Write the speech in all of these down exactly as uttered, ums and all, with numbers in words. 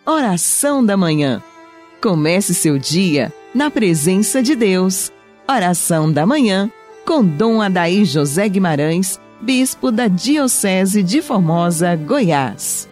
Oração da Manhã. Comece seu dia na presença de Deus. Oração da Manhã com Dom Adair José Guimarães, Bispo da Diocese de Formosa, Goiás.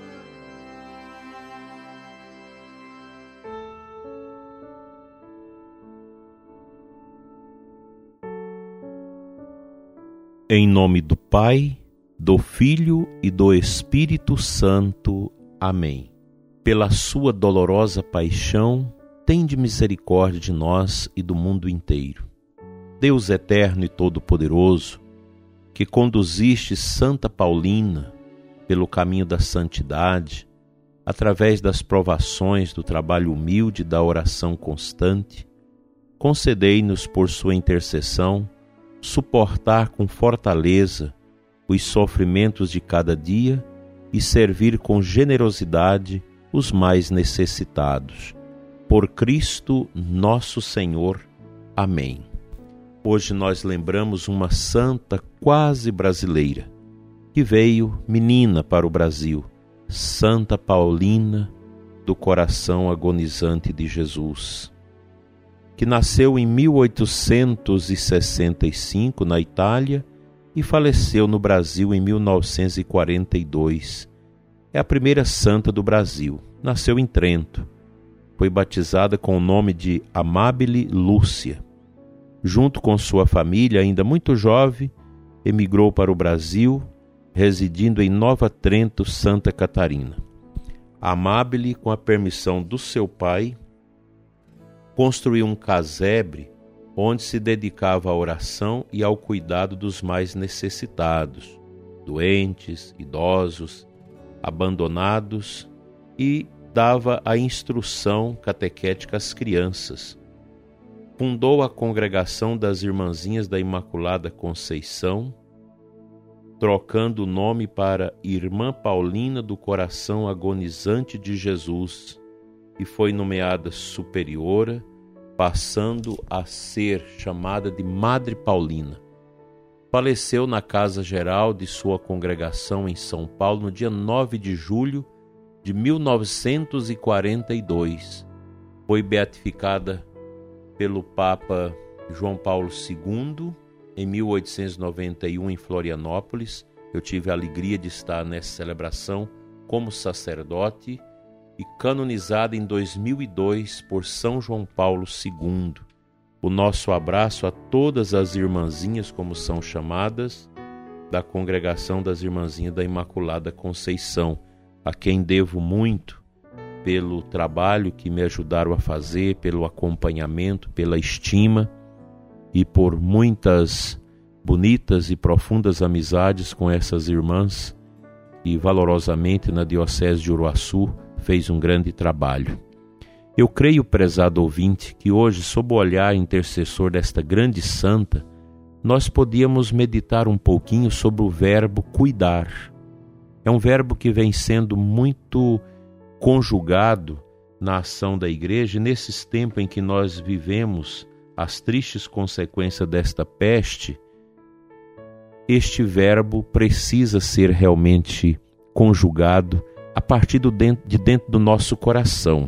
Em nome do Pai, do Filho e do Espírito Santo. Amém. Pela sua dolorosa paixão, tende misericórdia de nós e do mundo inteiro. Deus eterno e todo-poderoso, que conduziste Santa Paulina pelo caminho da santidade, através das provações do trabalho humilde e da oração constante, concedei-nos por sua intercessão suportar com fortaleza os sofrimentos de cada dia e servir com generosidade os mais necessitados. Por Cristo nosso Senhor. Amém. Hoje nós lembramos uma santa quase brasileira, que veio menina para o Brasil, Santa Paulina do Coração Agonizante de Jesus, que nasceu em mil oitocentos e sessenta e cinco na Itália e faleceu no Brasil em mil novecentos e quarenta e dois. É a primeira santa do Brasil. Nasceu em Trento. Foi batizada com o nome de Amabile Lúcia. Junto com sua família, ainda muito jovem, emigrou para o Brasil, residindo em Nova Trento, Santa Catarina. Amabile, com a permissão do seu pai, construiu um casebre onde se dedicava à oração e ao cuidado dos mais necessitados, doentes, idosos, abandonados, e dava a instrução catequética às crianças. Fundou a Congregação das Irmãzinhas da Imaculada Conceição, trocando o nome para Irmã Paulina do Coração Agonizante de Jesus, e foi nomeada superiora, passando a ser chamada de Madre Paulina. Faleceu na casa geral de sua congregação em São Paulo no dia nove de julho de mil novecentos e quarenta e dois. Foi beatificada pelo Papa João Paulo segundo em mil oitocentos e noventa e um em Florianópolis. Eu tive a alegria de estar nessa celebração como sacerdote, e canonizada em dois mil e dois por São João Paulo segundo. O nosso abraço a todas as irmãzinhas, como são chamadas, da Congregação das Irmãzinhas da Imaculada Conceição, a quem devo muito pelo trabalho que me ajudaram a fazer, pelo acompanhamento, pela estima e por muitas bonitas e profundas amizades com essas irmãs, e valorosamente na Diocese de Uruaçu fez um grande trabalho. Eu creio, prezado ouvinte, que hoje, sob o olhar intercessor desta grande santa, nós podíamos meditar um pouquinho sobre o verbo cuidar. É um verbo que vem sendo muito conjugado na ação da Igreja, e nesses tempos em que nós vivemos as tristes consequências desta peste, este verbo precisa ser realmente conjugado a partir do dentro, de dentro do nosso coração.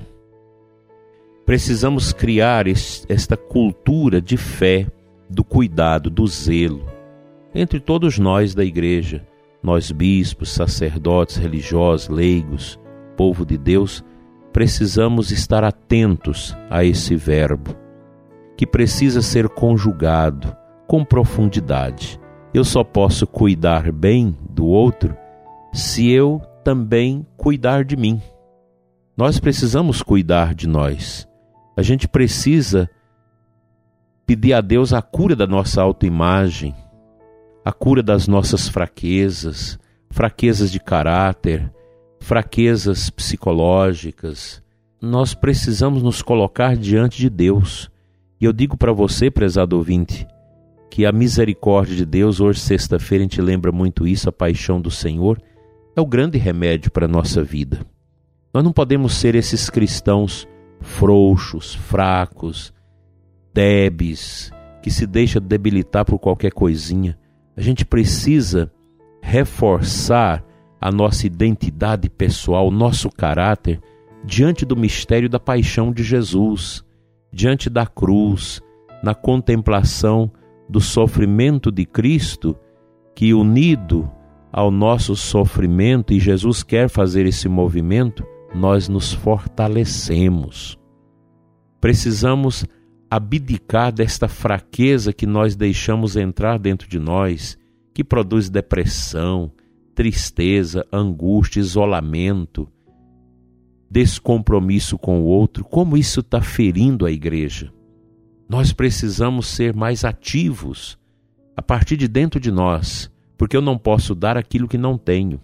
Precisamos criar este, esta cultura de fé, do cuidado, do zelo, entre todos nós da Igreja, nós bispos, sacerdotes, religiosos, leigos, povo de Deus, precisamos estar atentos a esse verbo, que precisa ser conjugado com profundidade. Eu só posso cuidar bem do outro se eu também cuidar de mim. Nós precisamos cuidar de nós. A gente precisa pedir a Deus a cura da nossa autoimagem, a cura das nossas fraquezas, fraquezas de caráter, fraquezas psicológicas. Nós precisamos nos colocar diante de Deus. E eu digo para você, prezado ouvinte, que a misericórdia de Deus, hoje sexta-feira a gente lembra muito isso, a paixão do Senhor, é o grande remédio para a nossa vida. Nós não podemos ser esses cristãos frouxos, fracos, débeis, que se deixa debilitar por qualquer coisinha. A gente precisa reforçar a nossa identidade pessoal, o nosso caráter, diante do mistério da paixão de Jesus, diante da cruz, na contemplação do sofrimento de Cristo, que unido ao nosso sofrimento, e Jesus quer fazer esse movimento, nós nos fortalecemos. Precisamos abdicar desta fraqueza que nós deixamos entrar dentro de nós, que produz depressão, tristeza, angústia, isolamento, descompromisso com o outro. Como isso está ferindo a igreja? Nós precisamos ser mais ativos a partir de dentro de nós, porque eu não posso dar aquilo que não tenho.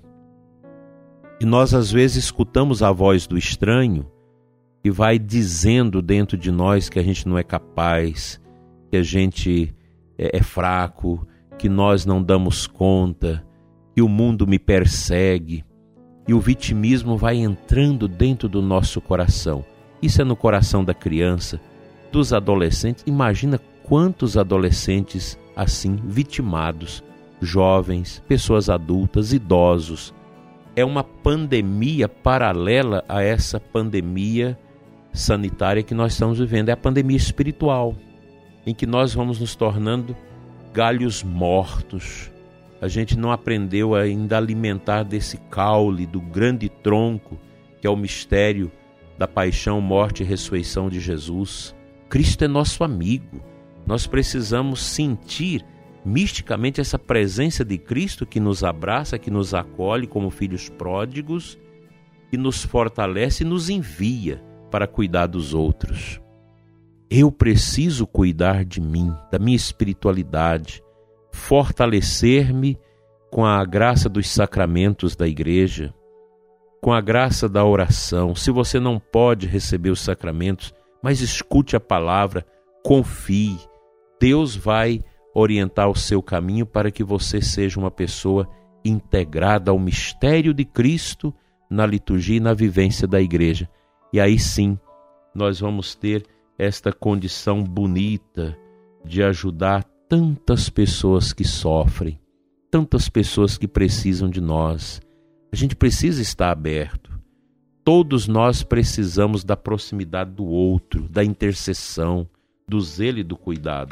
E nós às vezes escutamos a voz do estranho que vai dizendo dentro de nós que a gente não é capaz, que a gente é, é fraco, que nós não damos conta, que o mundo me persegue. E o vitimismo vai entrando dentro do nosso coração. Isso é no coração da criança, dos adolescentes. Imagina quantos adolescentes assim, vitimados, jovens, pessoas adultas, idosos. É uma pandemia paralela a essa pandemia sanitária que nós estamos vivendo. É a pandemia espiritual, em que nós vamos nos tornando galhos mortos. A gente não aprendeu ainda a alimentar desse caule, do grande tronco, que é o mistério da paixão, morte e ressurreição de Jesus. Cristo é nosso amigo. Nós precisamos sentir misticamente essa presença de Cristo que nos abraça, que nos acolhe como filhos pródigos, que nos fortalece e nos envia para cuidar dos outros. Eu preciso cuidar de mim, da minha espiritualidade, fortalecer-me com a graça dos sacramentos da igreja, com a graça da oração. Se você não pode receber os sacramentos, mas escute a palavra, confie. Deus vai orientar o seu caminho para que você seja uma pessoa integrada ao mistério de Cristo na liturgia e na vivência da igreja. E aí sim, nós vamos ter esta condição bonita de ajudar tantas pessoas que sofrem, tantas pessoas que precisam de nós. A gente precisa estar aberto. Todos nós precisamos da proximidade do outro, da intercessão, do zelo e do cuidado.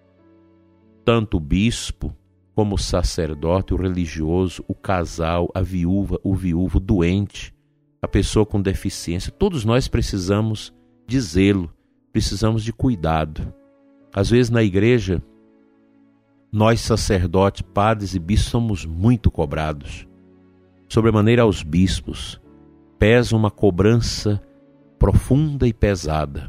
Tanto o bispo, como o sacerdote, o religioso, o casal, a viúva, o viúvo, o doente, a pessoa com deficiência, todos nós precisamos de zelo, precisamos de cuidado. Às vezes na igreja, nós sacerdotes, padres e bispos somos muito cobrados. Sobremaneira aos bispos, pesa uma cobrança profunda e pesada.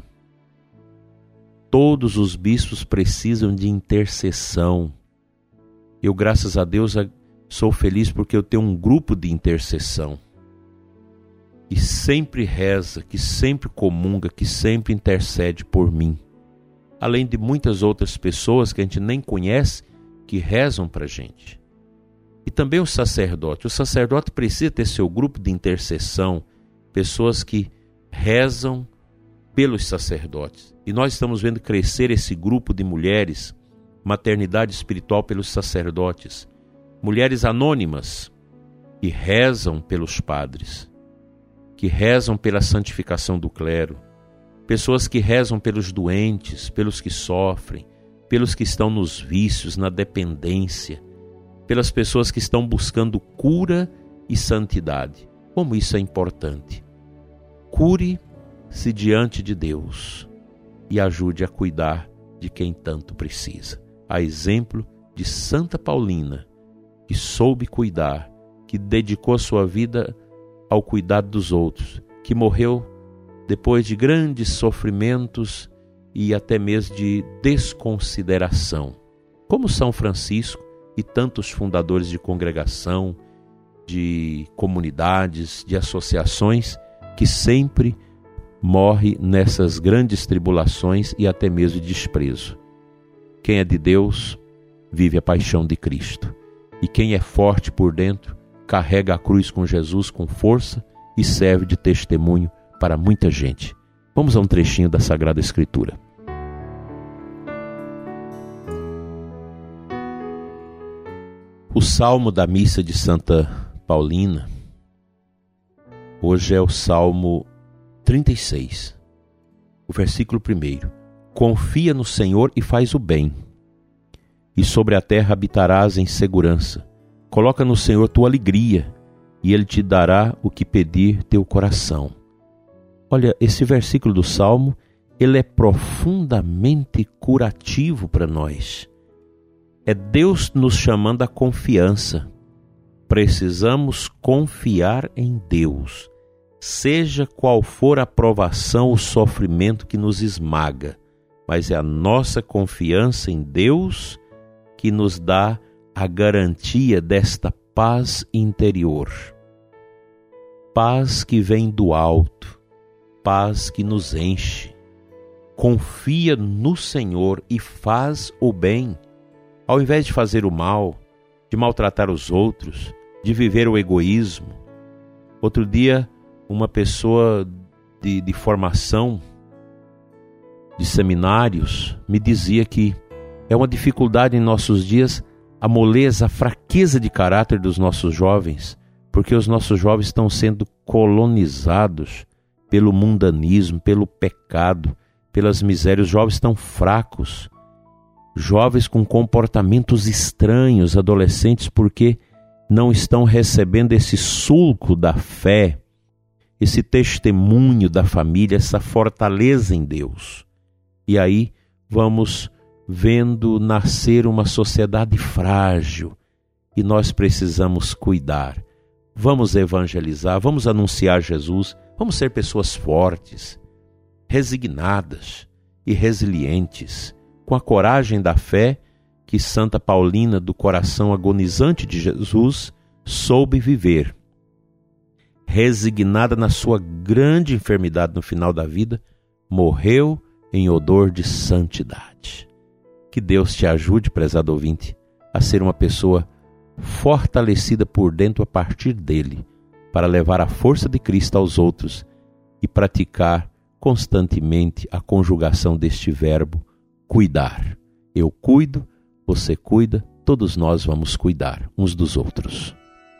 Todos os bispos precisam de intercessão. Eu, graças a Deus, sou feliz porque eu tenho um grupo de intercessão que sempre reza, que sempre comunga, que sempre intercede por mim. Além de muitas outras pessoas que a gente nem conhece, que rezam para a gente. E também o sacerdote. O sacerdote precisa ter seu grupo de intercessão, pessoas que rezam pelos sacerdotes. E nós estamos vendo crescer esse grupo de mulheres, maternidade espiritual pelos sacerdotes, mulheres anônimas que rezam pelos padres, que rezam pela santificação do clero, pessoas que rezam pelos doentes, pelos que sofrem, pelos que estão nos vícios, na dependência, pelas pessoas que estão buscando cura e santidade. Como isso é importante. Cure-se diante de Deus e ajude a cuidar de quem tanto precisa. A exemplo de Santa Paulina, que soube cuidar, que dedicou a sua vida ao cuidado dos outros, que morreu depois de grandes sofrimentos e até mesmo de desconsideração. Como São Francisco e tantos fundadores de congregação, de comunidades, de associações, que sempre morre nessas grandes tribulações e até mesmo de desprezo. Quem é de Deus vive a paixão de Cristo. E quem é forte por dentro carrega a cruz com Jesus com força e serve de testemunho para muita gente. Vamos a um trechinho da Sagrada Escritura. O Salmo da Missa de Santa Paulina, hoje é o Salmo trinta e seis. O versículo primeiro. Confia no Senhor e faz o bem, e sobre a terra habitarás em segurança. Coloca no Senhor tua alegria, e Ele te dará o que pedir teu coração. Olha, esse versículo do Salmo, ele é profundamente curativo para nós. É Deus nos chamando à confiança. Precisamos confiar em Deus, seja qual for a provação, o sofrimento que nos esmaga, mas é a nossa confiança em Deus que nos dá a garantia desta paz interior. Paz que vem do alto, paz que nos enche. Confia no Senhor e faz o bem, ao invés de fazer o mal, de maltratar os outros, de viver o egoísmo. Outro dia, uma pessoa de, de formação, de seminários, me dizia que é uma dificuldade em nossos dias a moleza, a fraqueza de caráter dos nossos jovens, porque os nossos jovens estão sendo colonizados pelo mundanismo, pelo pecado, pelas misérias. Os jovens estão fracos, jovens com comportamentos estranhos, adolescentes, porque não estão recebendo esse sulco da fé, esse testemunho da família, essa fortaleza em Deus. E aí vamos vendo nascer uma sociedade frágil e nós precisamos cuidar. Vamos evangelizar, vamos anunciar Jesus, vamos ser pessoas fortes, resignadas e resilientes, com a coragem da fé que Santa Paulina, do coração agonizante de Jesus, soube viver. Resignada na sua grande enfermidade no final da vida, morreu em odor de santidade. Que Deus te ajude, prezado ouvinte, a ser uma pessoa fortalecida por dentro a partir dele, para levar a força de Cristo aos outros e praticar constantemente a conjugação deste verbo, cuidar. Eu cuido, você cuida, todos nós vamos cuidar uns dos outros.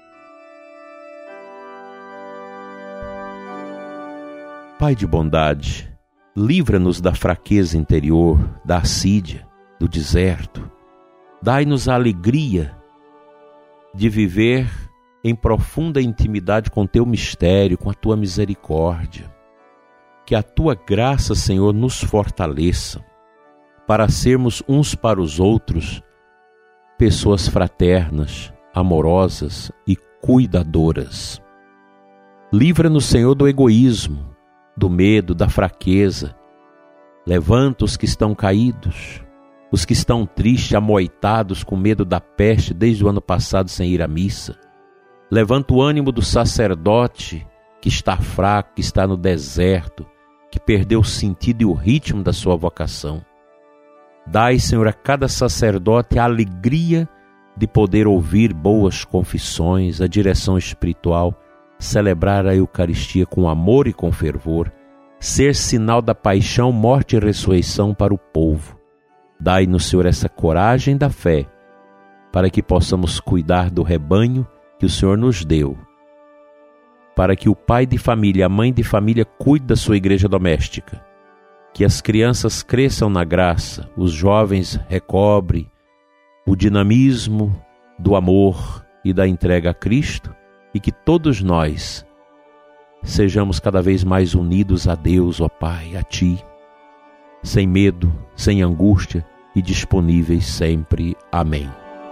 Pai de bondade, livra-nos da fraqueza interior, da assídia, do deserto. Dai-nos a alegria de viver em profunda intimidade com teu mistério, com a tua misericórdia. Que a tua graça, Senhor, nos fortaleça para sermos uns para os outros pessoas fraternas, amorosas e cuidadoras. Livra-nos, Senhor, do egoísmo, do medo, da fraqueza. Levanta os que estão caídos, os que estão tristes, amoitados, com medo da peste desde o ano passado sem ir à missa. Levanta o ânimo do sacerdote que está fraco, que está no deserto, que perdeu o sentido e o ritmo da sua vocação. Dai, Senhor, a cada sacerdote a alegria de poder ouvir boas confissões, a direção espiritual, celebrar a Eucaristia com amor e com fervor, ser sinal da paixão, morte e ressurreição para o povo. Dai-nos, Senhor, essa coragem da fé, para que possamos cuidar do rebanho que o Senhor nos deu, para que o pai de família, a mãe de família cuide da sua igreja doméstica, que as crianças cresçam na graça, os jovens recobrem o dinamismo do amor e da entrega a Cristo, e que todos nós sejamos cada vez mais unidos a Deus, ó Pai, a Ti, sem medo, sem angústia e disponíveis sempre. Amém.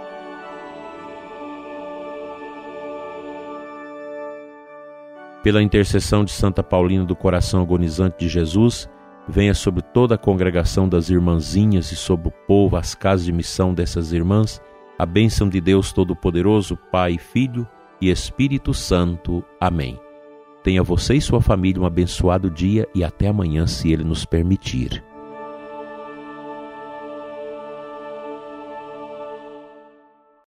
Pela intercessão de Santa Paulina do coração agonizante de Jesus, venha sobre toda a congregação das irmãzinhas e sobre o povo, as casas de missão dessas irmãs, a bênção de Deus Todo-Poderoso, Pai, Filho e Espírito Santo. Amém. Tenha você e sua família um abençoado dia e até amanhã, se Ele nos permitir.